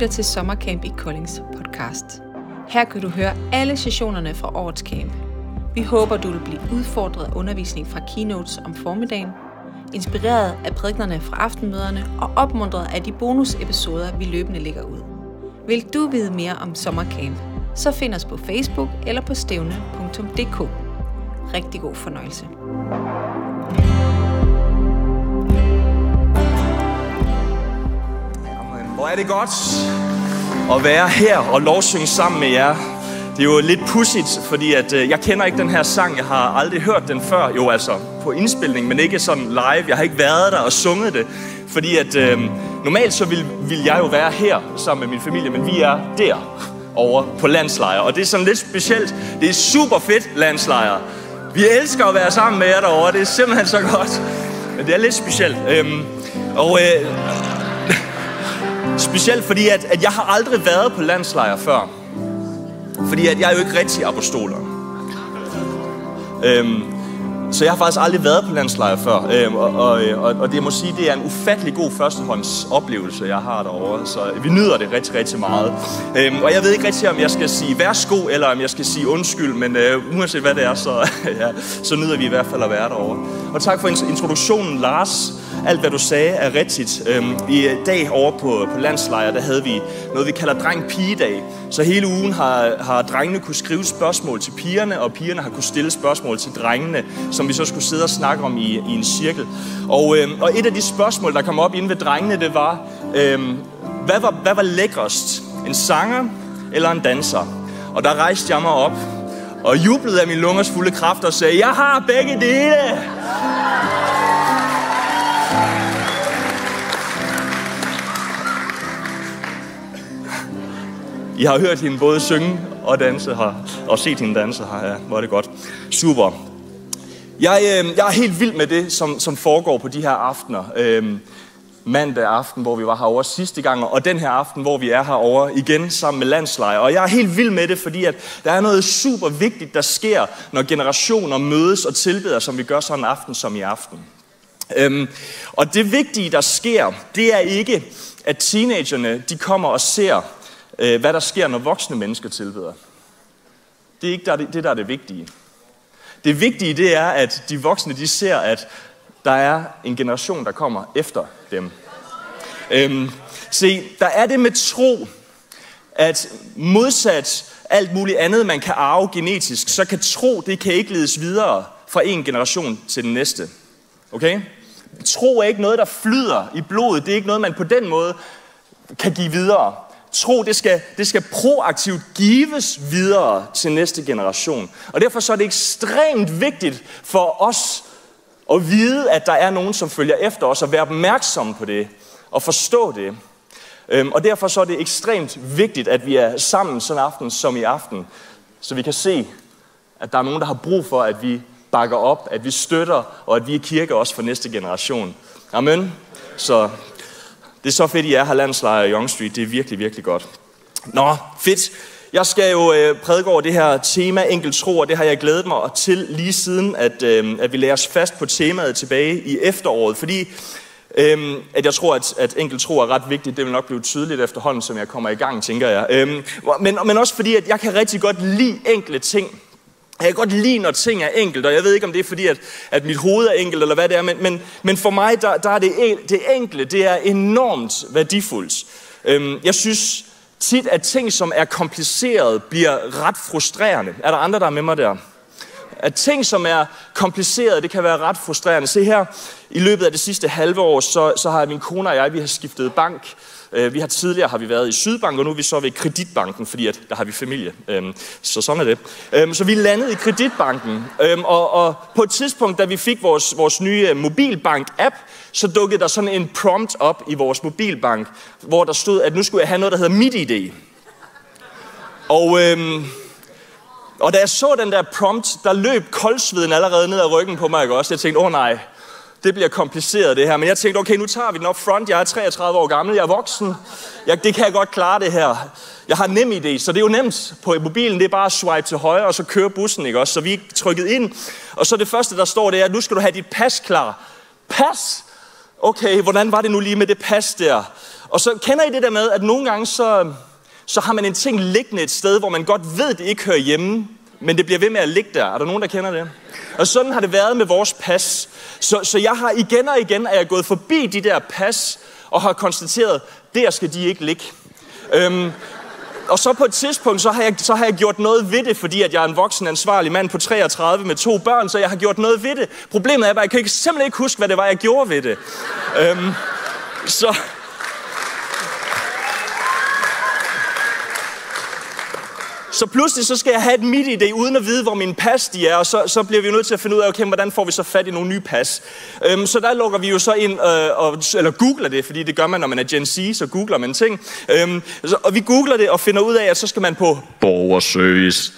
lytter til Sommercamp i Koldings podcast. Her kan du høre alle sessionerne fra årets camp. Vi håber, du vil blive udfordret af undervisning fra keynotes om formiddagen, inspireret af prædiknerne fra aftenmøderne og opmuntret af de bonusepisoder, vi løbende lægger ud. Vil du vide mere om Sommercamp, så find os på Facebook eller på stævne.dk. Rigtig god fornøjelse. Hvor er det godt at være her og lovsynge sammen med jer. Det er jo lidt pudsigt, fordi at, jeg kender ikke den her sang. Jeg har aldrig hørt den før. Jo, altså på indspilning, men ikke sådan live. Jeg har ikke været der og sunget det. Fordi at normalt så vil jeg jo være her sammen med min familie, men vi er derovre på landslejr. Og det er sådan lidt specielt. Det er super fedt landslejr. Vi elsker at være sammen med jer derovre. Det er simpelthen så godt. Men det er lidt specielt. Specielt fordi, at jeg har aldrig været på landslejr før. Fordi at jeg er jo ikke rigtig apostoler. Så jeg har faktisk aldrig været på landslejr før. Og det må sige, det er en ufattelig god førstehånds oplevelse, jeg har derovre. Så vi nyder det rigtig, rigtig meget. Og jeg ved ikke rigtig, om jeg skal sige værsgo, eller om jeg skal sige undskyld. Men uanset hvad det er, så nyder vi i hvert fald at være derovre. Og tak for introduktionen, Lars. Alt hvad du sagde er rigtigt. I dag over på landslejr, der havde vi noget, vi kalder dreng-pigedag. Så hele ugen har drengene kunne skrive spørgsmål til pigerne, og pigerne har kunne stille spørgsmål til drengene, som vi så skulle sidde og snakke om i en cirkel. Og et af de spørgsmål, der kom op inde ved drengene, det var, hvad var lækrest? En sanger eller en danser? Og der rejste jeg mig op og jublede af min lungers fulde kraft og sagde, jeg har begge dele! I har hørt hende både synge og danse her, og set hende danse her. Ja, hvor er det godt. Super. Jeg er helt vild med det, som foregår på de her aftener. Mandag aften, hvor vi var herovre sidste gang, og den her aften, hvor vi er herovre igen sammen med landslejr. Og jeg er helt vild med det, fordi at der er noget super vigtigt, der sker, når generationer mødes og tilbeder, som vi gør sådan en aften som i aften. Og det vigtige, der sker, det er ikke, at teenagerne de kommer og ser, hvad der sker, når voksne mennesker tilbeder. Det er ikke det, der er det vigtige. Det vigtige, det er, at de voksne, de ser, at der er en generation, der kommer efter dem. Se, der er det med tro, at modsat alt muligt andet, man kan arve genetisk, så kan tro, det kan ikke ledes videre fra en generation til den næste. Okay? Tro er ikke noget, der flyder i blodet. Det er ikke noget, man på den måde kan give videre. Tro, det skal proaktivt gives videre til næste generation. Og derfor så er det ekstremt vigtigt for os at vide, at der er nogen, som følger efter os, og være opmærksomme på det, og forstå det. Og derfor så er det ekstremt vigtigt, at vi er sammen sådan en aften som i aften, så vi kan se, at der er nogen, der har brug for, at vi bakker op, at vi støtter, og at vi er kirke også for næste generation. Amen. Så det er så fedt, I er her landslejr i Young Street. Det er virkelig, virkelig godt. Nå, fedt. Jeg skal jo prædike over det her tema, enkelt tro, og det har jeg glædet mig til lige siden, at vi lærer os fast på temaet tilbage i efteråret. Fordi at jeg tror, at enkelt tro er ret vigtigt. Det vil nok blive tydeligt efterhånden, som jeg kommer i gang, tænker jeg. Men også fordi, at jeg kan rigtig godt lide enkle ting. Jeg kan godt lide, når ting er enkelt, og jeg ved ikke, om det er fordi, at mit hoved er enkelt, eller hvad det er, men for mig, der er det enkle, det er enormt værdifuldt. Jeg synes tit, at ting, som er kompliceret, bliver ret frustrerende. Er der andre, der er med mig der? At ting, som er kompliceret, det kan være ret frustrerende. Se her, i løbet af det sidste halve år, så har min kone og jeg, vi har skiftet bank. Tidligere har vi været i Sydbank, og nu er vi så ved Kreditbanken, fordi at der har vi familie. Så sådan er det. Så vi landede i Kreditbanken, og på et tidspunkt, da vi fik vores nye mobilbank-app, så dukkede der sådan en prompt op i vores mobilbank, hvor der stod, at nu skulle jeg have noget, der hedder MitID. Og da jeg så den der prompt, der løb koldsveden allerede ned ad ryggen på mig, ikke også? Jeg tænkte, nej, det bliver kompliceret det her. Men jeg tænkte, okay, nu tager vi den up front. Jeg er 33 år gammel, jeg er voksen. Det kan jeg godt klare det her. Jeg har NemID, så det er jo nemt på mobilen. Det er bare at swipe til højre, og så kører bussen, ikke også? Så vi er trykket ind, og så det første, der står, det er, at nu skal du have dit pas klar. Pas! okay, hvordan var det nu lige med det pas der? Og så kender I det der med, at nogle gange så har man en ting liggende et sted, hvor man godt ved, det ikke hører hjemme, men det bliver ved med at ligge der. Er der nogen, der kender det? Og sådan har det været med vores pas. Så jeg har igen og igen gået forbi de der pas, og har konstateret, der skal de ikke ligge. Og så på et tidspunkt, så har jeg gjort noget ved det, fordi at jeg er en voksen ansvarlig mand på 33 med 2 børn, så jeg har gjort noget ved det. Problemet er bare, at jeg kan simpelthen ikke huske, hvad det var, jeg gjorde ved det. Så pludselig så skal jeg have et MitID uden at vide, hvor mine pas de er, og så bliver vi jo nødt til at finde ud af, okay, hvordan får vi så fat i nogle nye pas. Så der logger vi jo så ind, eller googler det, fordi det gør man, når man er Gen Z, så googler man ting. Og vi googler det og finder ud af, at så skal man på borgerservice.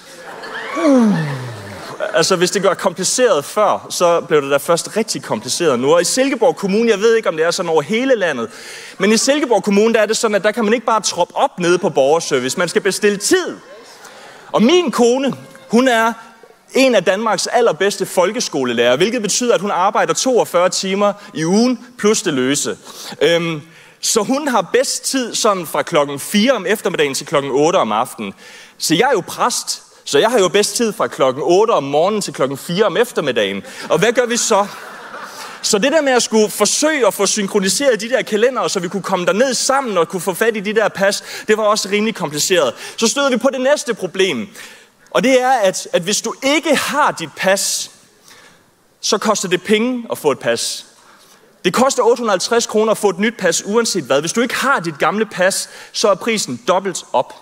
Altså, hvis det gør kompliceret før, så blev det da først rigtig kompliceret nu. Og i Silkeborg Kommune, jeg ved ikke, om det er sådan over hele landet, men i Silkeborg Kommune, der er det sådan, at der kan man ikke bare troppe op nede på borgerservice. Man skal bestille tid. Og min kone, hun er en af Danmarks allerbedste folkeskolelærer, hvilket betyder, at hun arbejder 42 timer i ugen plus det løse. Så hun har bedst tid sådan fra klokken 4 om eftermiddagen til klokken 8 om aftenen. Så jeg er jo præst, så jeg har jo bedst tid fra klokken 8 om morgenen til klokken 4 om eftermiddagen. Og hvad gør vi så? Så det der med at skulle forsøge at få synkroniseret de der kalendere, så vi kunne komme derned sammen og kunne få fat i de der pas, det var også rimelig kompliceret. Så støder vi på det næste problem. Og det er, at hvis du ikke har dit pas, så koster det penge at få et pas. Det koster 850 kroner at få et nyt pas, uanset hvad. Hvis du ikke har dit gamle pas, så er prisen dobbelt op.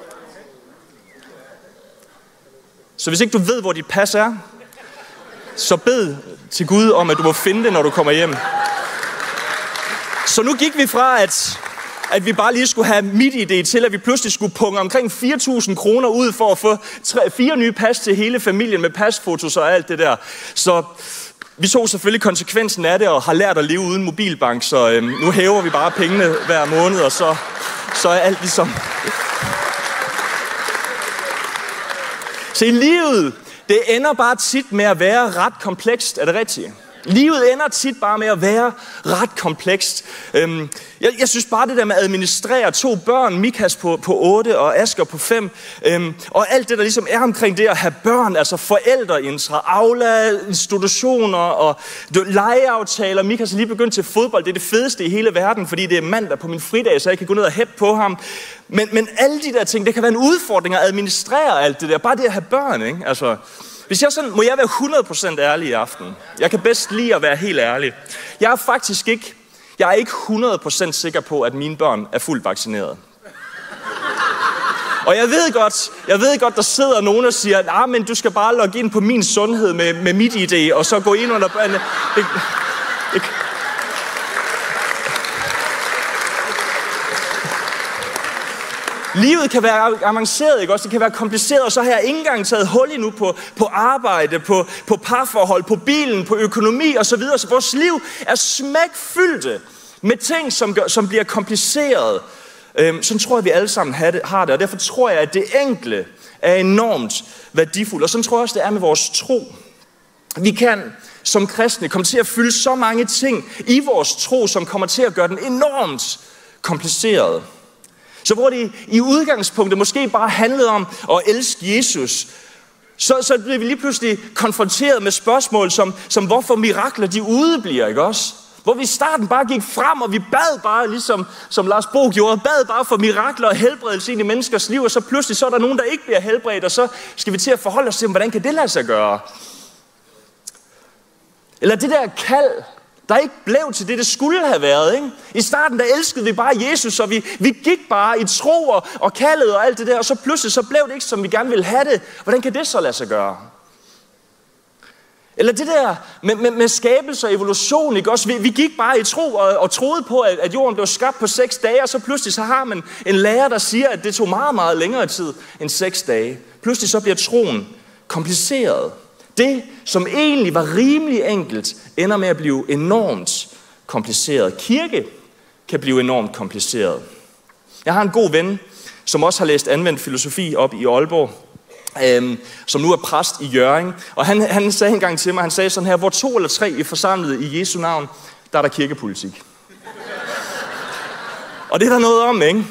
Så hvis ikke du ved, hvor dit pas er, så bed til Gud om, at du må finde det, når du kommer hjem. Så nu gik vi fra, at vi bare lige skulle have MitID til, at vi pludselig skulle punge omkring 4.000 kroner ud for at få 4 nye pas til hele familien med pasfotos og alt det der. Så vi tog selvfølgelig konsekvensen af det og har lært at leve uden mobilbank, så nu hæver vi bare pengene hver måned, og så er alt ligesom... Så i livet, det ender bare tit med at være ret komplekst. Er det rigtigt? Livet ender tit bare med at være ret komplekst. Jeg synes bare det der med at administrere 2 børn, Mikas på 8 og Asger på 5, og alt det der ligesom er omkring det at have børn, altså forældreintra, aula, institutioner og legeaftaler. Mikas er lige begyndt til fodbold, det er det fedeste i hele verden, fordi det er mandag på min fridag, så jeg kan gå ned og hæppe på ham. Men alle de der ting, det kan være en udfordring at administrere alt det der, bare det at have børn, ikke? Altså... Hvis jeg sådan, må jeg være 100% ærlig i aften. Jeg kan bedst lide at være helt ærlig. Jeg er ikke 100% sikker på, at mine børn er fuldt vaccineret. Og jeg ved godt, der sidder nogen og siger, men du skal bare logge ind på min sundhed med mit ID, og så gå ind under børnene. Livet kan være avanceret, ikke også? Det kan være kompliceret, og så har jeg ikke engang taget hul endnu på arbejde, på parforhold, på bilen, på økonomi osv. Så vores liv er smækfyldte med ting, som bliver kompliceret. Sådan tror jeg, vi alle sammen har det, og derfor tror jeg, at det enkle er enormt værdifuldt. Og sådan tror jeg også, det er med vores tro. Vi kan som kristne komme til at fylde så mange ting i vores tro, som kommer til at gøre den enormt kompliceret. Så hvor det i udgangspunktet måske bare handlede om at elske Jesus, så bliver vi lige pludselig konfronteret med spørgsmål som hvorfor mirakler de udebliver, ikke også? Hvor vi i starten bare gik frem, og vi bad bare, ligesom som Lars Bo gjorde, bad bare for mirakler og helbredelse ind i menneskers liv, og så pludselig så er der nogen, der ikke bliver helbredt, og så skal vi til at forholde os til, hvordan kan det lade sig gøre? Eller det der kald, der ikke blev til det skulle have været, ikke? I starten, der elskede vi bare Jesus, og vi gik bare i tro og kaldet og alt det der, og så pludselig så blev det ikke, som vi gerne ville have det. Hvordan kan det så lade sig gøre? Eller det der med skabelse og evolution, ikke også? Vi gik bare i tro og troede på, at jorden blev skabt på 6 dage, og så pludselig så har man en lærer, der siger, at det tog meget, meget længere tid end 6 dage. Pludselig så bliver troen kompliceret. Det, som egentlig var rimelig enkelt, ender med at blive enormt kompliceret. Kirke kan blive enormt kompliceret. Jeg har en god ven, som også har læst anvendt filosofi op i Aalborg, som nu er præst i Hjørring. Og han sagde engang til mig, han sagde sådan her, hvor 2 eller 3 er forsamlet i Jesu navn, der er der kirkepolitik. Og det er der noget om, ikke?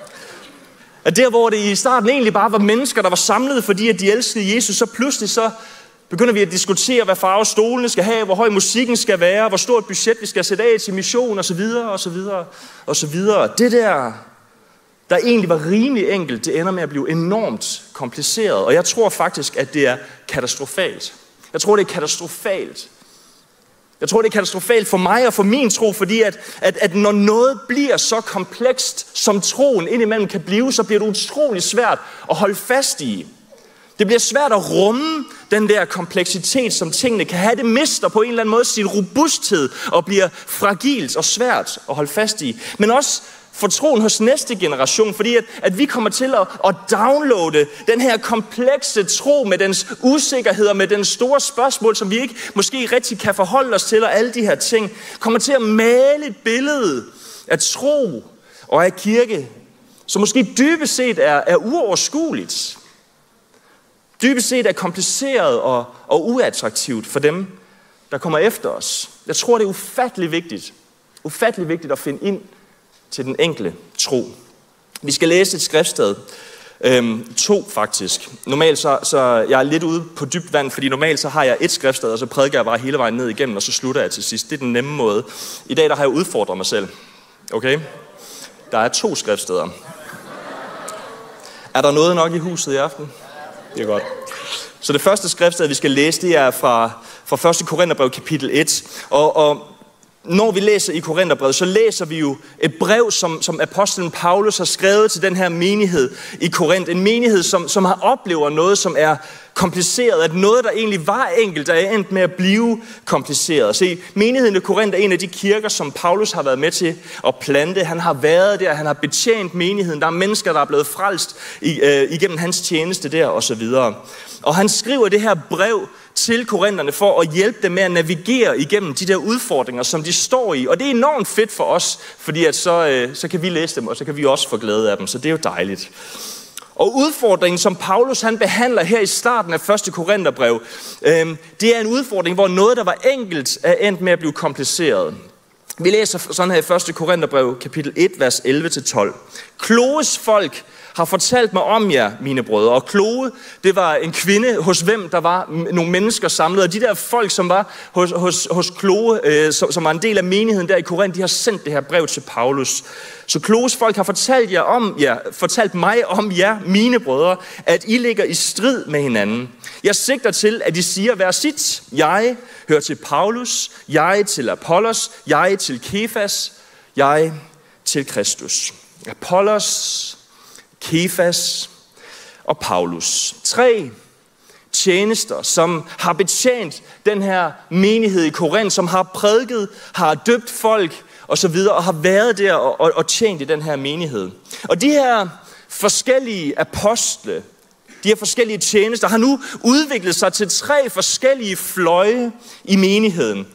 At der, hvor det i starten egentlig bare var mennesker, der var samlet, fordi at de elskede Jesus, så pludselig så begynder vi at diskutere, hvad farve stolene skal have, hvor høj musikken skal være, hvor stort budget vi skal sætte af til mission, osv., osv., osv. Det der egentlig var rimelig enkelt, det ender med at blive enormt kompliceret. Og jeg tror faktisk, at det er katastrofalt. Jeg tror, det er katastrofalt. Jeg tror, det er katastrofalt for mig og for min tro, fordi at når noget bliver så komplekst, som troen indimellem kan blive, så bliver det utrolig svært at holde fast i. Det bliver svært at rumme den der kompleksitet, som tingene kan have. Det mister på en eller anden måde sin robusthed og bliver fragilt og svært at holde fast i. Men også for troen hos næste generation, fordi at vi kommer til at downloade den her komplekse tro med dens usikkerheder, med den store spørgsmål, som vi ikke måske rigtig kan forholde os til, og alle de her ting, kommer til at male et billede af tro og af kirke, som måske dybest set er uoverskueligt. Dybest set er kompliceret og uattraktivt for dem, der kommer efter os. Jeg tror, det er ufattelig vigtigt at finde ind til den enkle tro. Vi skal læse et skriftsted. 2 faktisk. Normalt så jeg er lidt ude på dybt vand, fordi normalt så har jeg et skriftsted, og så prædiker jeg bare hele vejen ned igennem, og så slutter jeg til sidst. Det er den nemme måde. I dag der har jeg udfordret mig selv. Okay? Der er 2 skriftsteder. Er der noget nok i huset i aften? Det er godt. Så det første skriftsted, vi skal læse, det er fra 1. Korintherbrev kapitel 1. Og når vi læser i Korintherbrevet, så læser vi jo et brev, som apostlen Paulus har skrevet til den her menighed i Korinth. En menighed, som har oplevet noget, som er kompliceret. At noget, der egentlig var enkelt, er endt med at blive kompliceret. Se, menigheden i Korinth er en af de kirker, som Paulus har været med til at plante. Han har været der, han har betjent menigheden. Der er mennesker, der er blevet frelst igennem hans tjeneste der, osv. Og han skriver det her brev til korinterne for at hjælpe dem med at navigere igennem de der udfordringer, som de står i. Og det er enormt fedt for os, fordi at så kan vi læse dem, og så kan vi også få glæde af dem. Så det er jo dejligt. Og udfordringen, som Paulus han behandler her i starten af 1. Korintherbrev, det er en udfordring, hvor noget, der var enkelt, er endt med at blive kompliceret. Vi læser sådan her i 1. Korintherbrev, kapitel 1, vers 11-12. Kloes folk har fortalt mig om jer, mine brødre. Og Kloe, det var en kvinde, hos hvem der var nogle mennesker samlet. Og de der folk, som var hos Kloe, som var en del af menigheden der i Korinth, de har sendt det her brev til Paulus. Så Kloes folk har fortalt mig om jer, mine brødre, at I ligger i strid med hinanden. Jeg sigter til, at I siger hver sit. Jeg hører til Paulus, jeg til Apollos, jeg til Kefas, jeg til Kristus. Apollos, Kefas og Paulus. 3 tjenester, som har betjent den her menighed i Korinth, som har prædiket, har døbt folk og så videre, og har været der og tjent i den her menighed. Og de her forskellige apostle, de her forskellige tjenester, har nu udviklet sig til 3 forskellige fløje i menigheden.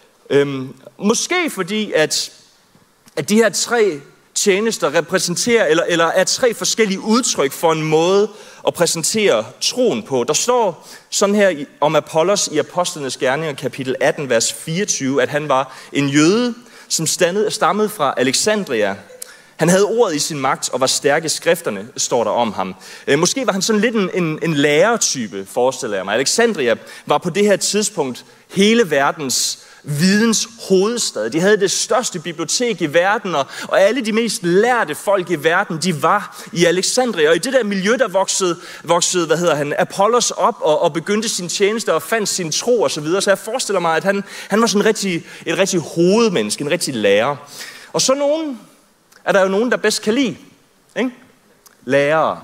Måske fordi, at de her 3 tjenester repræsenterer, eller er 3 forskellige udtryk for en måde at præsentere troen på. Der står sådan her om Apollos i Apostlenes Gerninger, kapitel 18, vers 24, at han var en jøde, som stammede fra Alexandria. Han havde ordet i sin magt og var stærk i skrifterne, står der om ham. Måske var han sådan lidt en lærertype, forestiller jeg mig. Alexandria var på det her tidspunkt hele verdens videns hovedstad. De havde det største bibliotek i verden, og alle de mest lærte folk i verden, de var i Alexandria. Og i det der miljø, der voksede Apollos op og begyndte sin tjeneste og fandt sin tro og så videre. Så jeg forestiller mig, at han var sådan et rigtig hovedmenneske, en rigtig lærer. Og så er der jo nogen, der bedst kan lide, ikke? Lærere.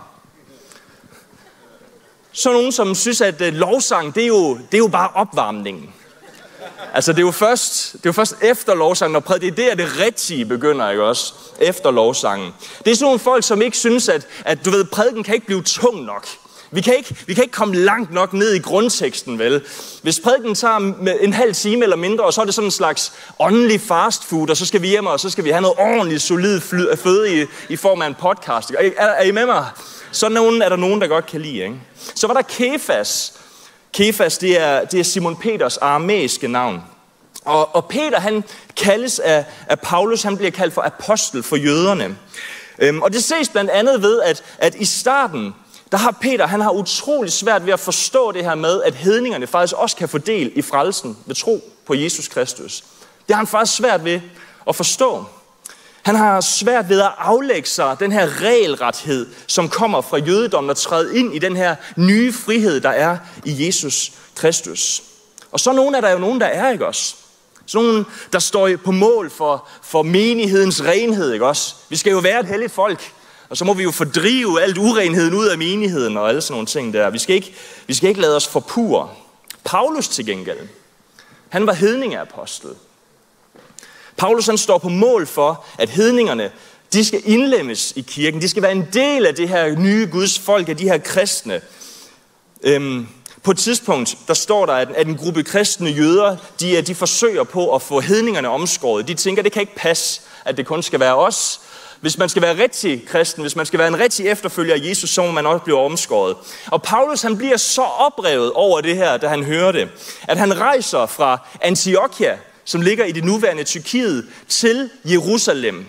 Så nogen, som synes, at lovsang, det er jo bare opvarmningen. Altså, det er jo først efter lovsangen, når det er der, det rigtige begynder, ikke også? Efter lovsangen. Det er sådan nogle folk, som ikke synes, at du ved, prædiken kan ikke blive tung nok. Vi kan ikke komme langt nok ned i grundteksten, vel? Hvis prædiken tager en halv time eller mindre, og så er det sådan en slags åndelig fast food, og så skal vi hjem, og så skal vi have noget ordentligt solid føde i form af en podcast. Er I med mig? Sådan er der nogen, der godt kan lide, ikke? Så var der Kefas. Kefas, det er Simon Peters aramæiske navn. Og Peter, han kaldes af Paulus, han bliver kaldt for apostel for jøderne. Og det ses blandt andet ved, at i starten, der har Peter, han har utrolig svært ved at forstå det her med, at hedningerne faktisk også kan få del i frelsen ved tro på Jesus Kristus. Det har han faktisk svært ved at forstå. Han har svært ved at aflægge sig den her regelrethed, som kommer fra jødedommen og træde ind i den her nye frihed, der er i Jesus Kristus. Og så er der jo nogen, der er, ikke også? Sådan nogen, der står på mål for menighedens renhed, ikke også? Vi skal jo være et helligt folk, og så må vi jo fordrive alt urenheden ud af menigheden og alle sådan nogle ting der. Vi skal ikke lade os forpure. Paulus til gengæld, han var hedningeapostel. Paulus han står på mål for, at hedningerne, de skal indlemmes i kirken. De skal være en del af det her nye Guds folk, af de her kristne. På et tidspunkt, der står der, at en gruppe kristne jøder, de forsøger på at få hedningerne omskåret. De tænker, det kan ikke passe, at det kun skal være os. Hvis man skal være rigtig kristen, hvis man skal være en rigtig efterfølger af Jesus, så må man også blive omskåret. Og Paulus han bliver så oprevet over det her, da han hører det, at han rejser fra Antiochia, som ligger i det nuværende Tyrkiet, til Jerusalem.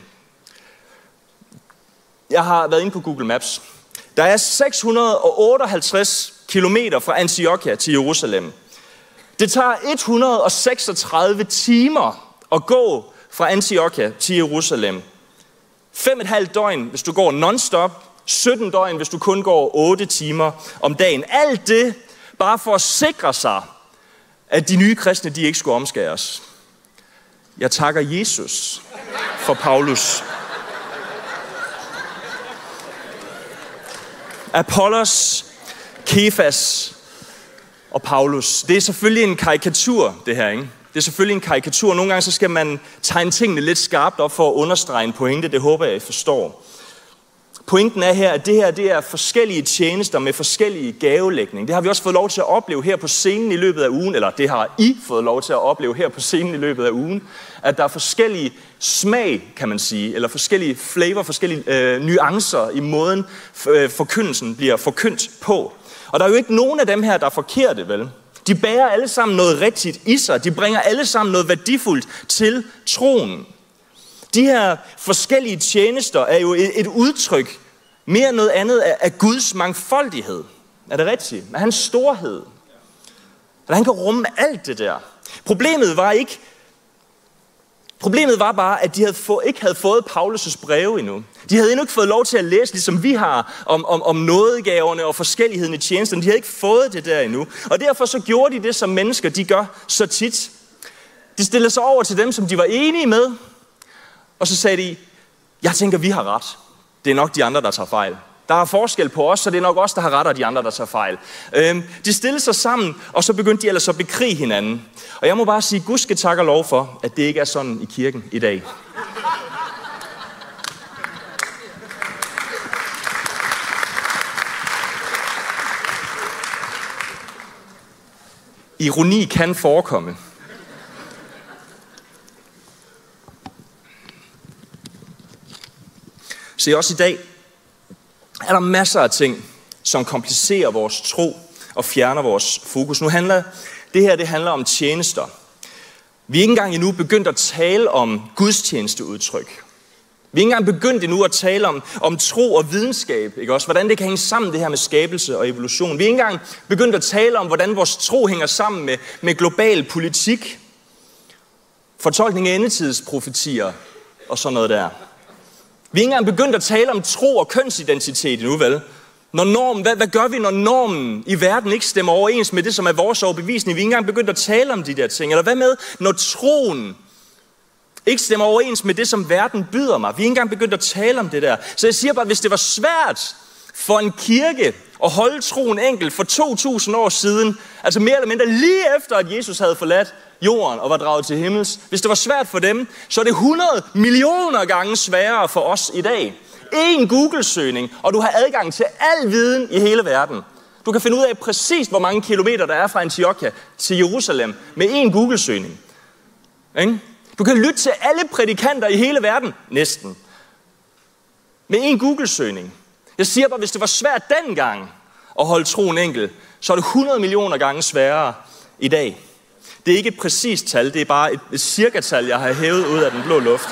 Jeg har været inde på Google Maps. Der er 658 kilometer fra Antiochia til Jerusalem. Det tager 136 timer at gå fra Antiochia til Jerusalem. 5,5 døgn, hvis du går non-stop. 17 døgn, hvis du kun går 8 timer om dagen. Alt det bare for at sikre sig, at de nye kristne, de ikke skulle omskæres. Jeg takker Jesus for Paulus. Apollos, Kefas og Paulus. Det er selvfølgelig en karikatur, det her, ikke? Det er selvfølgelig en karikatur. Nogle gange så skal man tegne tingene lidt skarpt op for at understrege en pointe. Det håber jeg, I forstår. Pointen er her, at det her det er forskellige tjenester med forskellige gavelægning. Det har vi også fået lov til at opleve her på scenen i løbet af ugen, eller det har I fået lov til at opleve her på scenen i løbet af ugen, at der er forskellige smag, kan man sige, eller forskellige flavor, forskellige nuancer i måden forkyndelsen bliver forkyndt på. Og der er jo ikke nogen af dem her, der er forkerte, vel? De bærer alle sammen noget rigtigt i sig. De bringer alle sammen noget værdifuldt til troen. De her forskellige tjenester er jo et udtryk mere end noget andet af Guds mangfoldighed. Er det rigtigt? Af hans storhed. At han kan rumme alt det der. Problemet var bare, at de ikke havde fået Paulus' breve endnu. De havde endnu ikke fået lov til at læse, ligesom vi har, om nådegaverne og forskelligheden i tjenesterne. De havde ikke fået det der endnu. Og derfor så gjorde de det, som mennesker de gør så tit. De stillede sig over til dem, som de var enige med. Og så sagde de, jeg tænker, vi har ret. Det er nok de andre, der tager fejl. Der er forskel på os, så det er nok os, der har ret, og de andre, der tager fejl. De stillede sig sammen, og så begyndte de ellers at bekrige hinanden. Og jeg må bare sige, Gud skal takke og lov for, at det ikke er sådan i kirken i dag. Ironi kan forekomme. Så også i dag er der masser af ting, som komplicerer vores tro og fjerner vores fokus. Det handler om tjenester. Vi er ikke engang endnu begyndt at tale om gudstjenesteudtryk. Vi er ikke engang begyndt endnu at tale om tro og videnskab, ikke også? Hvordan det kan hænge sammen, det her med skabelse og evolution. Vi er ikke engang begyndt at tale om, hvordan vores tro hænger sammen med global politik, fortolkning af endetidsprofetier og sådan noget der. Vi er ikke engang begyndt at tale om tro og kønsidentitet endnu, vel? Hvad gør vi, når normen i verden ikke stemmer overens med det, som er vores overbevisning? Vi er ikke engang begyndt at tale om de der ting. Eller hvad med, når troen ikke stemmer overens med det, som verden byder mig? Vi er ikke engang begyndt at tale om det der. Så jeg siger bare, at hvis det var svært for en kirke at holde troen enkelt for 2000 år siden, altså mere eller mindre lige efter, at Jesus havde forladt jorden og var draget til himmels. Hvis det var svært for dem, så er det 100 millioner gange sværere for os i dag. En Google-søgning, og du har adgang til al viden i hele verden. Du kan finde ud af præcis, hvor mange kilometer der er fra Antiochia til Jerusalem med en Google-søgning. Du kan lytte til alle prædikanter i hele verden, næsten, med en Google-søgning. Jeg siger bare, hvis det var svært dengang at holde troen enkel, så er det 100 millioner gange sværere i dag. Det er ikke et præcist tal, det er bare et cirka-tal, jeg har hævet ud af den blå luft.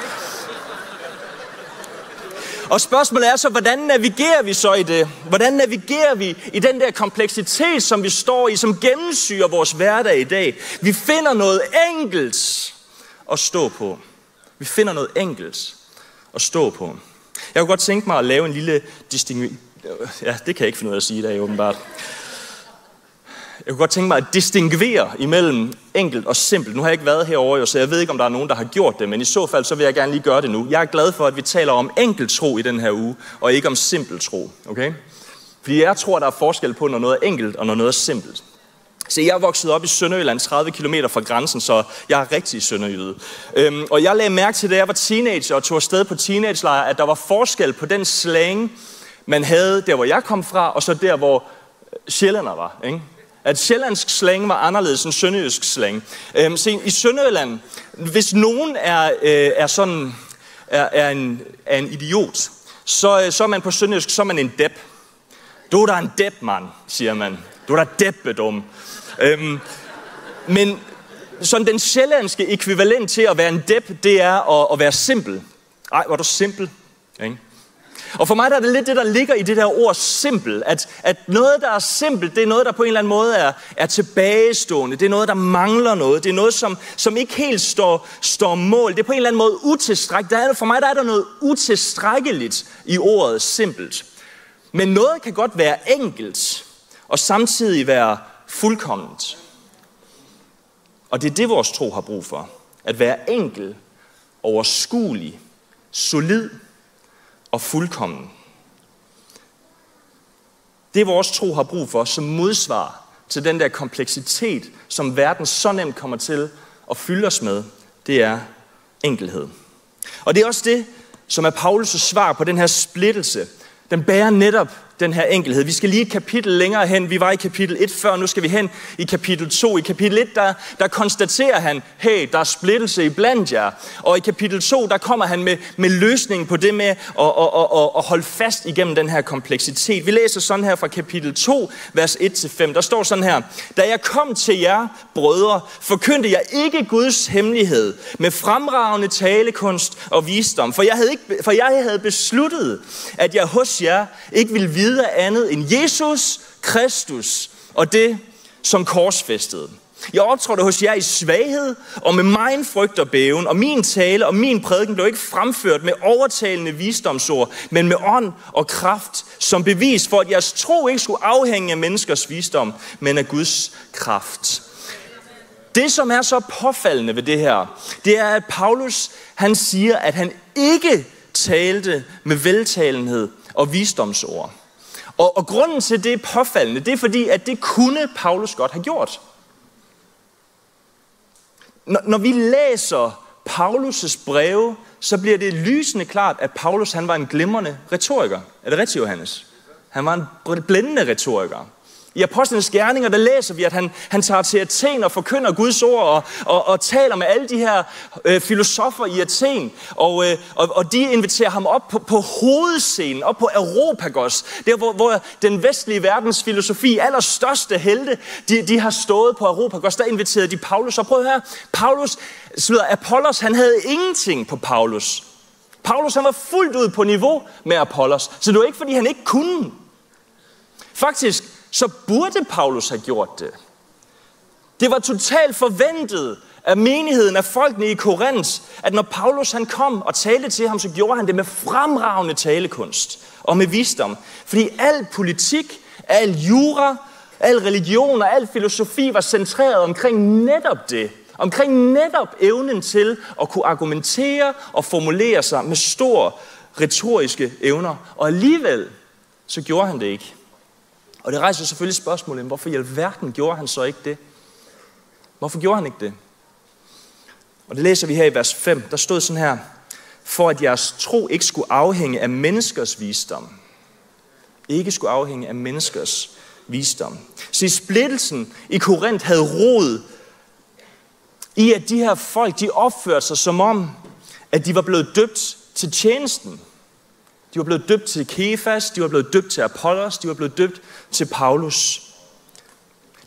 Og spørgsmålet er så, hvordan navigerer vi så i det? Hvordan navigerer vi i den der kompleksitet, som vi står i, som gennemsyrer vores hverdag i dag? Vi finder noget enkelt at stå på. Vi finder noget enkelt at stå på. Jeg kunne godt tænke mig at lave en lille Ja, det kan jeg ikke finde ud af at sige i dag, åbenbart. Jeg kunne godt tænke mig at distinguere imellem enkelt og simpelt. Nu har jeg ikke været herovre, så jeg ved ikke, om der er nogen, der har gjort det, men i så fald, så vil jeg gerne lige gøre det nu. Jeg er glad for, at vi taler om enkelt tro i den her uge, og ikke om simpel tro, okay? Fordi jeg tror, der er forskel på, når noget er enkelt, og når noget er simpelt. Så jeg er vokset op i Sønderjylland, 30 kilometer fra grænsen, så jeg er rigtig sønderjyde. Og jeg lagde mærke til, da jeg var teenager og tog afsted på teenagelejr, at der var forskel på den slang, man havde der, hvor jeg kom fra, og så der, hvor sjællænder var, ikke? At sjællandsk slang var anderledes end sønderjysk slang. Se, i Sønderjylland, hvis nogen er en idiot, så er man på sønderjysk, så er man en dep. Du er da en dep, mand, siger man. Du er da deppedum. Men sådan den sjællandske ekvivalent til at være en dep, det er at være simpel. Ej, hvor er du simpel, ikke? Og for mig der er det lidt det, der ligger i det der ord simpel. At noget, der er simpelt, det er noget, der på en eller anden måde er tilbagestående. Det er noget, der mangler noget. Det er noget, som ikke helt står mål. Det er på en eller anden måde utilstrækkeligt. For mig der er der noget utilstrækkeligt i ordet simpelt. Men noget kan godt være enkelt, og samtidig være fuldkomment. Og det er det, vores tro har brug for. At være enkel, overskuelig, solid og fuldkommen. Det vores tro har brug for som modsvar til den der kompleksitet, som verden så nemt kommer til at fylde os med, det er enkelhed. Og det er også det, som er Paulus' svar på den her splittelse. Den bærer netop den her enkelhed. Vi skal lige et kapitel længere hen. Vi var i kapitel 1 før, nu skal vi hen i kapitel 2. I kapitel 1, der konstaterer han, hey, der er splittelse iblandt jer. Og i kapitel 2, der kommer han med løsningen på det med at holde fast igennem den her kompleksitet. Vi læser sådan her fra kapitel 2, vers 1-5. Der står sådan her: Da jeg kom til jer, brødre, forkyndte jeg ikke Guds hemmelighed med fremragende talekunst og visdom. For jeg havde besluttet, at jeg hos jer ikke ville vide andet end Jesus Kristus og det som korsfæstede. Jeg optrådte hos jer i svaghed og med megen frygt og bæven, og min tale og min prædiken blev ikke fremført med overtalende visdomsord, men med ånd og kraft som bevis for, at jeres tro ikke skulle afhænge af menneskers visdom, men af Guds kraft. Det, som er så påfaldende ved det her, det er, at Paulus, han siger, at han ikke talte med veltalenhed og visdomsord. Og grunden til det er påfaldende, det er fordi, at det kunne Paulus godt have gjort. Når vi læser Paulus' breve, så bliver det lysende klart, at Paulus han var en glimrende retoriker. Er det rigtigt, Johannes? Han var en blændende retoriker. I Apostlenes Gerninger, der læser vi, at han tager til Athen og forkynder Guds ord og taler med alle de her filosofer i Athen. Og de inviterer ham op på hovedscenen, op på Areopagos, der hvor den vestlige verdens filosofi, allerstørste helte, de har stået på Areopagos. Der inviterede de Paulus. Og prøv at høre, Apollos, han havde ingenting på Paulus. Paulus, han var fuldt ud på niveau med Apollos, så det var ikke, fordi han ikke kunne. Faktisk, så burde Paulus have gjort det. Det var totalt forventet af menigheden, af folkene i Korinth, at når Paulus han kom og talte til ham, så gjorde han det med fremragende talekunst og med visdom. Fordi al politik, al jura, al religion og al filosofi var centreret omkring netop det. Omkring netop evnen til at kunne argumentere og formulere sig med store retoriske evner. Og alligevel, så gjorde han det ikke. Og det rejser selvfølgelig spørgsmålet, hvorfor i alverden gjorde han så ikke det? Hvorfor gjorde han ikke det? Og det læser vi her i vers 5. Der stod sådan her: for at jeres tro ikke skulle afhænge af menneskers visdom. Ikke skulle afhænge af menneskers visdom. Så splittelsen i Korinth havde rod i, at de her folk, de opførte sig som om, at de var blevet døbt til tjenesten. De var blevet døbt til Kefas, de var blevet døbt til Apollos, de var blevet døbt til Paulus.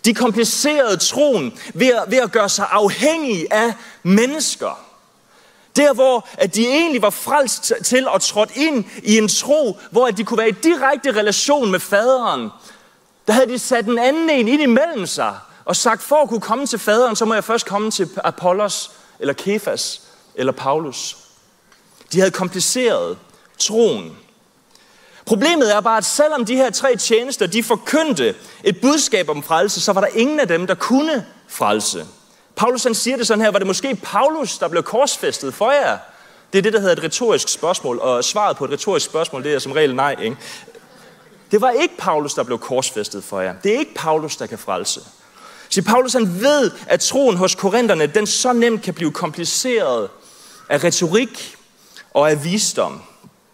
De komplicerede troen ved at gøre sig afhængige af mennesker. Der hvor at de egentlig var frelst til at trådt ind i en tro, hvor at de kunne være i direkte relation med faderen, der havde de sat en anden en ind imellem sig og sagt, for at kunne komme til faderen, så må jeg først komme til Apollos, eller Kefas, eller Paulus. De havde kompliceret troen. Problemet er bare, at selvom de her 3 tjenester, de forkyndte et budskab om frelse, så var der ingen af dem, der kunne frelse. Paulus han siger det sådan her, var det måske Paulus, der blev korsfæstet for jer? Det er det, der hedder et retorisk spørgsmål, og svaret på et retorisk spørgsmål, det er som regel nej, ikke? Det var ikke Paulus, der blev korsfæstet for jer. Det er ikke Paulus, der kan frelse. Så Paulus han ved, at troen hos korinterne, den så nemt kan blive kompliceret af retorik og af visdom.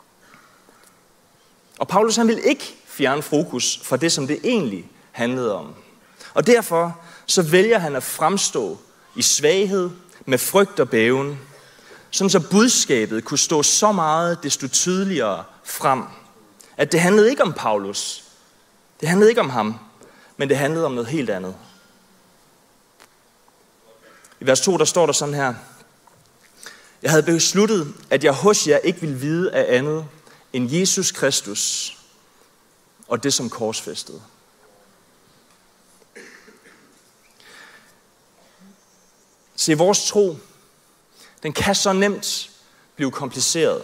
Og Paulus han vil ikke fjerne fokus fra det, som det egentlig handlede om. Og derfor så vælger han at fremstå i svaghed med frygt og bæven, sådan så budskabet kunne stå så meget desto tydeligere frem, at det handlede ikke om Paulus, det handlede ikke om ham, men det handlede om noget helt andet. I vers 2, der står der sådan her: Jeg havde besluttet, at jeg hos jer ikke ville vide af andet end Jesus Kristus og det som korsfæstede. Se, vores tro, den kan så nemt blive kompliceret.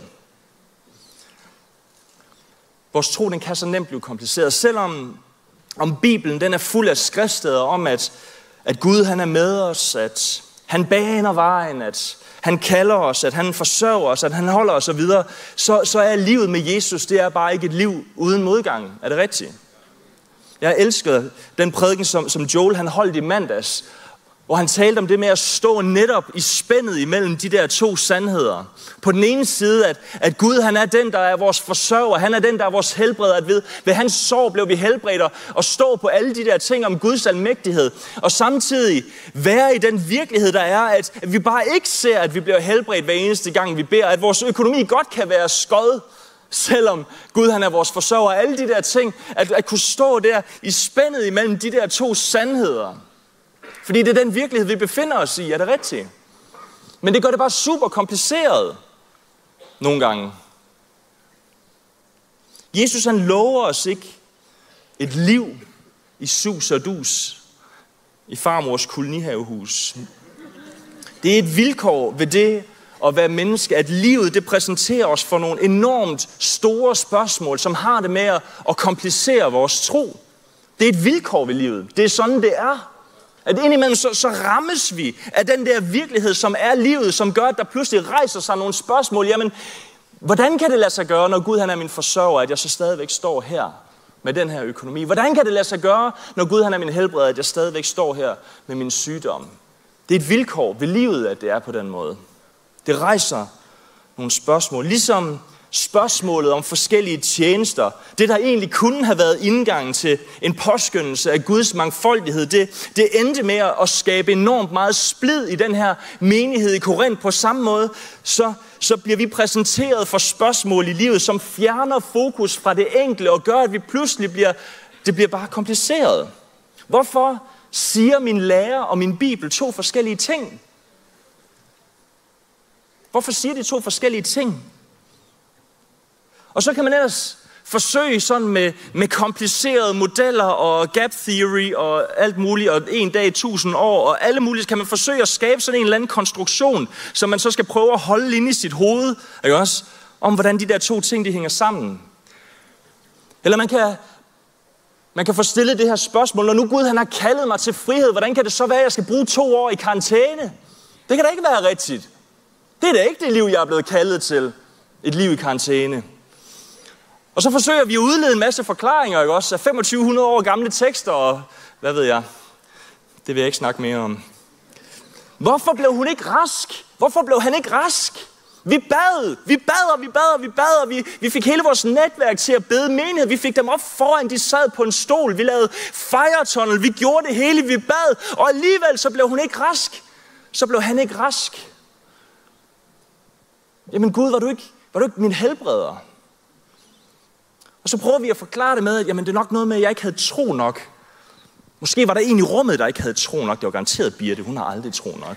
Vores tro, den kan så nemt blive kompliceret, selvom Bibelen den er fuld af skriftsteder om, at Gud han er med os, at han baner vejen, at han kalder os, at han forsørger os, at han holder os og videre, så er livet med Jesus, det er bare ikke et liv uden modgang. Er det rigtigt? Jeg elsker den prædiken, som Joel han holdt i mandags, hvor han talte om det med at stå netop i spændet imellem de der 2 sandheder. På den ene side, at Gud han er den, der er vores forsørger, han er den, der er vores helbreder, at ved hans sorg blev vi helbredt, og stå på alle de der ting om Guds almægtighed. Og samtidig være i den virkelighed, der er, at vi bare ikke ser, at vi bliver helbredt hver eneste gang, vi beder, at vores økonomi godt kan være skød, selvom Gud han er vores forsørger. Alle de der ting, at kunne stå der i spændet imellem de der 2 sandheder. Fordi det er den virkelighed, vi befinder os i. Er det rigtigt? Men det gør det bare super kompliceret nogle gange. Jesus han lover os ikke et liv i sus og dus i farmors kolonihavehus. Det er et vilkår ved det at være menneske, at livet det præsenterer os for nogle enormt store spørgsmål, som har det med at komplicere vores tro. Det er et vilkår ved livet. Det er sådan, det er. At indimellem så rammes vi af den der virkelighed, som er livet, som gør, at der pludselig rejser sig nogle spørgsmål. Jamen, hvordan kan det lade sig gøre, når Gud han er min forsørger, at jeg så stadigvæk står her med den her økonomi? Hvordan kan det lade sig gøre, når Gud han er min helbreder, at jeg stadigvæk står her med min sygdom? Det er et vilkår ved livet, at det er på den måde. Det rejser nogle spørgsmål, ligesom spørgsmålet om forskellige tjenester. Det, der egentlig kunne have været indgangen til en påskyndelse af Guds mangfoldighed, det endte med at skabe enormt meget splid i den her menighed i Korinth. På samme måde, så bliver vi præsenteret for spørgsmål i livet, som fjerner fokus fra det enkle og gør, at vi pludselig det bliver bare kompliceret. Hvorfor siger min lærer og min Bibel 2 forskellige ting? Hvorfor siger de 2 forskellige ting? Og så kan man ellers forsøge sådan med komplicerede modeller og gap theory og alt muligt, og 1 dag, 1000 år, og alle mulige, kan man forsøge at skabe sådan en eller anden konstruktion, som man så skal prøve at holde inde i sit hoved, ikke også? Om hvordan de der 2 ting, de hænger sammen. Eller man kan få stillet det her spørgsmål, når nu Gud han har kaldet mig til frihed, hvordan kan det så være, at jeg skal bruge 2 år i karantæne? Det kan da ikke være rigtigt. Det er da ikke det liv, jeg er blevet kaldet til. Et liv i karantæne. Og så forsøger vi at udlede en masse forklaringer, ikke også? Af 2500 år gamle tekster, og hvad ved jeg? Det vil jeg ikke snakke mere om. Hvorfor blev hun ikke rask? Hvorfor blev han ikke rask? Vi bad, vi fik hele vores netværk til at bede menighed. Vi fik dem op foran, de sad på en stol. Vi lavede fire tunnel, vi gjorde det hele, vi bad. Og alligevel så blev hun ikke rask. Så blev han ikke rask. Jamen Gud, var du ikke min helbreder? Og så prøver vi at forklare det med, at jamen, det er nok noget med, at jeg ikke havde tro nok. Måske var der en i rummet, der ikke havde tro nok. Det var garanteret Birte. Hun har aldrig tro nok.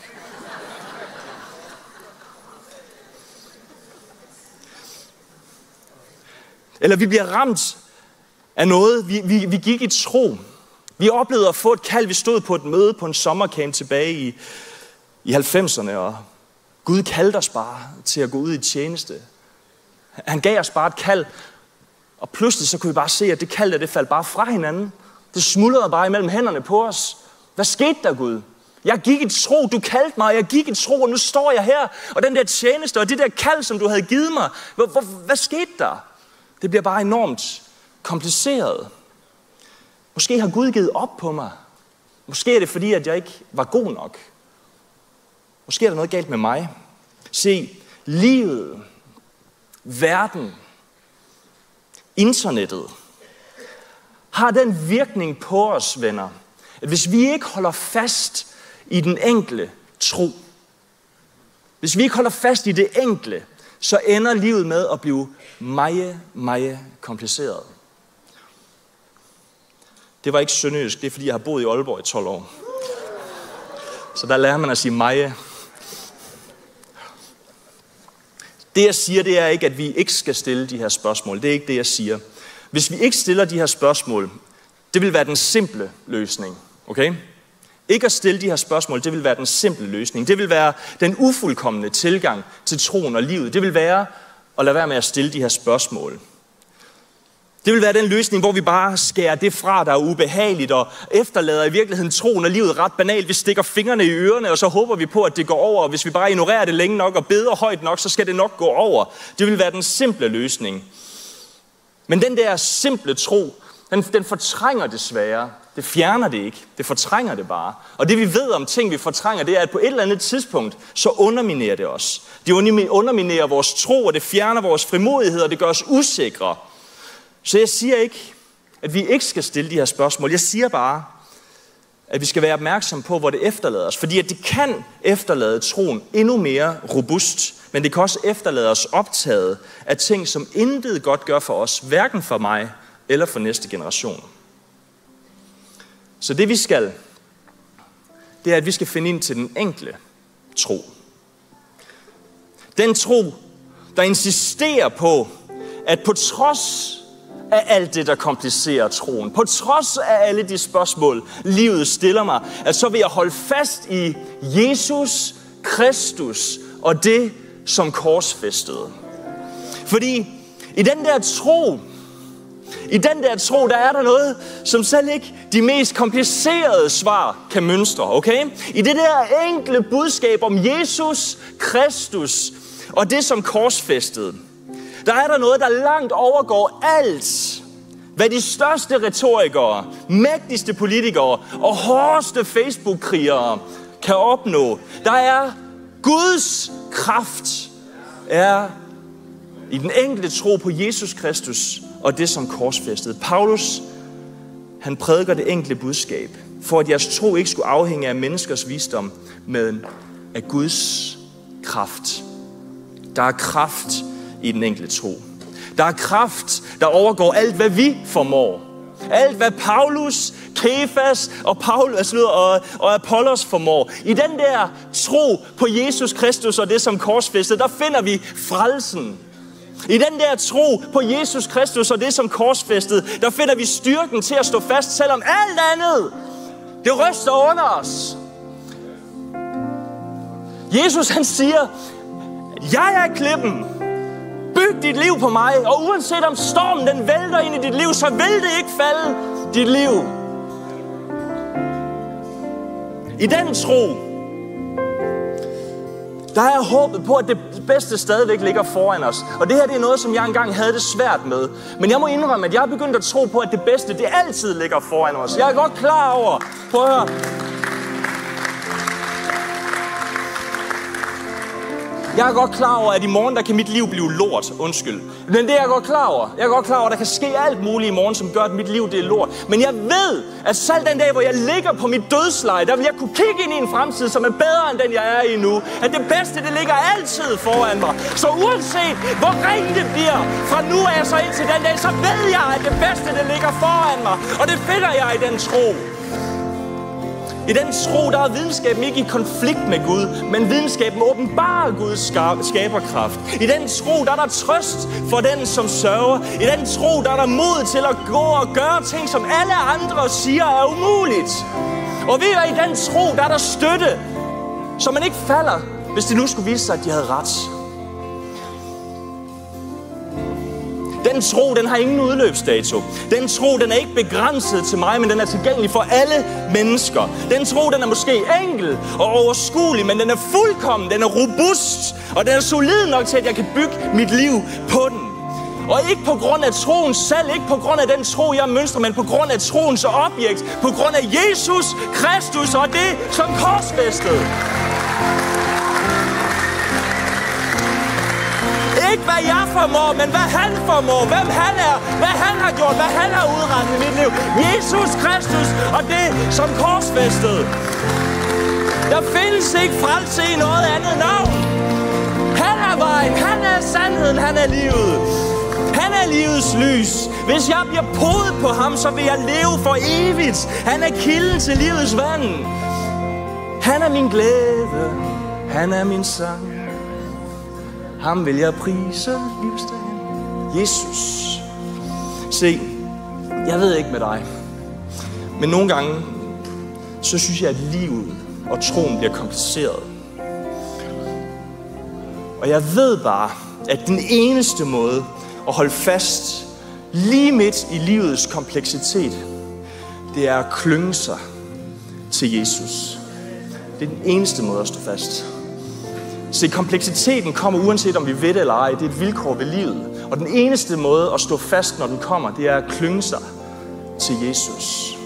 Eller vi bliver ramt af noget. Vi gik i tro. Vi oplevede at få et kald. Vi stod på et møde på en sommercamp tilbage i 90'erne, og Gud kaldte os bare til at gå ud i tjeneste. Han gav os bare et kald, og pludselig så kunne vi bare se, at det kald, det faldt bare fra hinanden. Det smuldrede bare imellem hænderne på os. Hvad skete der, Gud? Jeg gik i tro, du kaldte mig, og jeg gik i tro, og nu står jeg her. Og den der tjeneste, og det der kald, som du havde givet mig, hvad skete der? Det bliver bare enormt kompliceret. Måske har Gud givet op på mig. Måske er det fordi, at jeg ikke var god nok. Måske er der noget galt med mig. Se, livet, verden, internettet har den virkning på os, venner, at hvis vi ikke holder fast i den enkle tro, hvis vi ikke holder fast i det enkle, så ender livet med at blive meget, meget kompliceret. Det var ikke sønderjysk, det er fordi jeg har boet i Aalborg i 12 år. Så der lærer man at sige meget. Det jeg siger, det er ikke, at vi ikke skal stille de her spørgsmål. Det er ikke det, jeg siger. Hvis vi ikke stiller de her spørgsmål, det vil være den simple løsning. Okay? Ikke at stille de her spørgsmål, det vil være den simple løsning. Det vil være den ufuldkomne tilgang til troen og livet. Det vil være at lade være med at stille de her spørgsmål. Det vil være den løsning, hvor vi bare skærer det fra, der er ubehageligt, og efterlader i virkeligheden troen og livet ret banalt. Vi stikker fingrene i ørerne, og så håber vi på, at det går over. Og hvis vi bare ignorerer det længe nok og beder højt nok, så skal det nok gå over. Det vil være den simple løsning. Men den der simple tro, den fortrænger det svære. Det fjerner det ikke. Det fortrænger det bare. Og det vi ved om ting, vi fortrænger, det er, at på et eller andet tidspunkt, så underminerer det os. Det underminerer vores tro, og det fjerner vores frimodighed, og det gør os usikre. Så jeg siger ikke, at vi ikke skal stille de her spørgsmål. Jeg siger bare, at vi skal være opmærksomme på, hvor det efterlader os. Fordi at det kan efterlade troen endnu mere robust, men det kan også efterlade os optaget af ting, som intet godt gør for os, hverken for mig eller for næste generation. Så det vi skal, det er, at vi skal finde ind til den enkle tro. Den tro, der insisterer på, at på trods af alt det, der komplicerer troen, på trods af alle de spørgsmål, livet stiller mig, at så vil jeg holde fast i Jesus Kristus og det, som korsfæstede. Fordi i den der tro, der er der noget, som selv ikke de mest komplicerede svar kan mønstre, okay? I det der enkle budskab om Jesus Kristus og det, som korsfæstede, der er der noget, der langt overgår alt, hvad de største retorikere, mægtigste politikere og hårdeste Facebook-krigere kan opnå. Der er Guds kraft er i den enkelte tro på Jesus Kristus og det, som korsfæstede. Paulus, han prædiker det enkle budskab, for at jeres tro ikke skulle afhænge af menneskers visdom, men af Guds kraft. Der er kraft i den enkelte tro. Der er kraft, der overgår alt, hvad vi formår. Alt, hvad Paulus, Kefas og Apollos formår. I den der tro på Jesus Kristus og det, som korsfæstede, der finder vi frelsen. I den der tro på Jesus Kristus og det, som korsfæstede, der finder vi styrken til at stå fast, selvom alt andet, det ryster under os. Jesus, han siger, jeg er klippen. Byg dit liv på mig, og uanset om stormen den vælter ind i dit liv, så vil det ikke falde dit liv. I den tro, der er håbet på, at det bedste stadigvæk ligger foran os. Og det her, det er noget, som jeg engang havde det svært med. Men jeg må indrømme, at jeg er begyndt at tro på, at det bedste, det altid ligger foran os. Jeg er godt klar over, prøv at høre. Jeg er godt klar over, at i morgen, der kan mit liv blive lort. Undskyld. Men det er jeg godt klar over. Jeg er godt klar over, at der kan ske alt muligt i morgen, som gør, at mit liv det er lort. Men jeg ved, at selv den dag, hvor jeg ligger på mit dødsleje, der vil jeg kunne kigge ind i en fremtid, som er bedre end den, jeg er i nu. At det bedste, det ligger altid foran mig. Så uanset hvor ringe det bliver, fra nu af så ind til den dag, så ved jeg, at det bedste, det ligger foran mig. Og det finder jeg i den tro. I den tro, der er videnskaben ikke i konflikt med Gud, men videnskaben åbenbarer Guds skaberkraft. I den tro, der er der trøst for den, som sørger. I den tro, der er der mod til at gå og gøre ting, som alle andre siger er umuligt. Og ved I den tro, der er der støtte, så man ikke falder, hvis det nu skulle vise sig, at de havde ret. Den tro, den har ingen udløbsdato. Den tro, den er ikke begrænset til mig, men den er tilgængelig for alle mennesker. Den tro, den er måske enkel og overskuelig, men den er fuldkommen, den er robust, og den er solid nok til, at jeg kan bygge mit liv på den. Og ikke på grund af troen selv, ikke på grund af den tro, jeg mønstrer, men på grund af troens objekt, på grund af Jesus Kristus og det, som korsfæstede. Ikke hvad jeg formår, men hvad han formår, hvem han er, hvad han har gjort, hvad han har udrettet i mit liv. Jesus Kristus og det, som korsfæstede. Der findes ikke frelse i noget andet navn. Han er vejen, han er sandheden, han er livet. Han er livets lys. Hvis jeg bliver podet på ham, så vil jeg leve for evigt. Han er kilden til livets vand. Han er min glæde, han er min sang. Ham vil jeg prise livsdagen. Jesus. Se, jeg ved ikke med dig, men nogle gange, så synes jeg, at livet og troen bliver kompliceret. Og jeg ved bare, at den eneste måde at holde fast lige midt i livets kompleksitet, det er at klynge sig til Jesus. Det er den eneste måde at stå fast. Se, kompleksiteten kommer uanset om vi ved det eller ej. Det er et vilkår ved livet. Og den eneste måde at stå fast, når den kommer, det er at klynge sig til Jesus.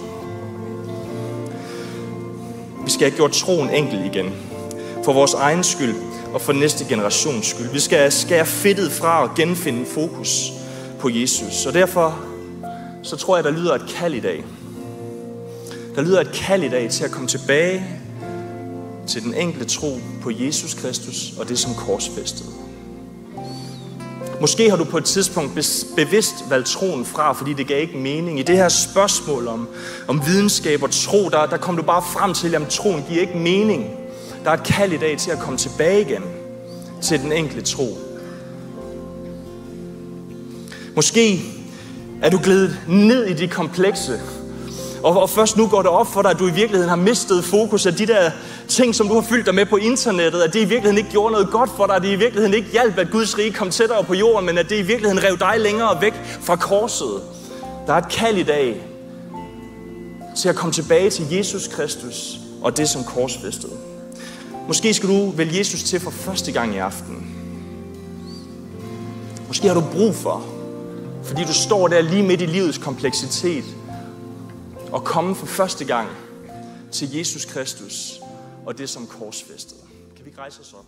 Vi skal have gjort troen enkel igen. For vores egen skyld og for næste generations skyld. Vi skal skære fedtet fra og genfinde fokus på Jesus. Og derfor så tror jeg, der lyder et kald i dag. Der lyder et kald i dag til at komme tilbage til den enkelte tro på Jesus Kristus og det som korsfæstede. Måske har du på et tidspunkt bevidst valgt troen fra, fordi det gav ikke mening. I det her spørgsmål om videnskab og tro, der kom du bare frem til, at troen giver ikke mening. Der er et kald i dag til at komme tilbage igen til den enkelte tro. Måske er du gledet ned i de komplekse, og først nu går det op for dig, at du i virkeligheden har mistet fokus af de der ting, som du har fyldt dig med på internettet, at det i virkeligheden ikke gjorde noget godt for dig, at det i virkeligheden ikke hjalp, at Guds rige kom tættere på jorden, men at det i virkeligheden rev dig længere væk fra korset. Der er et kald i dag til at komme tilbage til Jesus Kristus og det som korsfæstede. Måske skal du vælge Jesus til for første gang i aften. Måske har du brug for, fordi du står der lige midt i livets kompleksitet, og komme for første gang til Jesus Kristus og det som korsfæstede. Kan vi ikke rejse os op?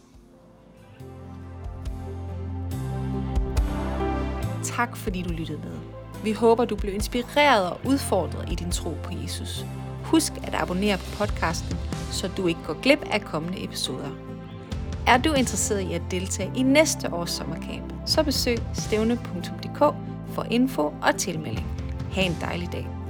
Tak fordi du lyttede med. Vi håber, du blev inspireret og udfordret i din tro på Jesus. Husk at abonnere på podcasten, så du ikke går glip af kommende episoder. Er du interesseret i at deltage i næste års sommercamp, så besøg stævne.dk for info og tilmelding. Ha' en dejlig dag.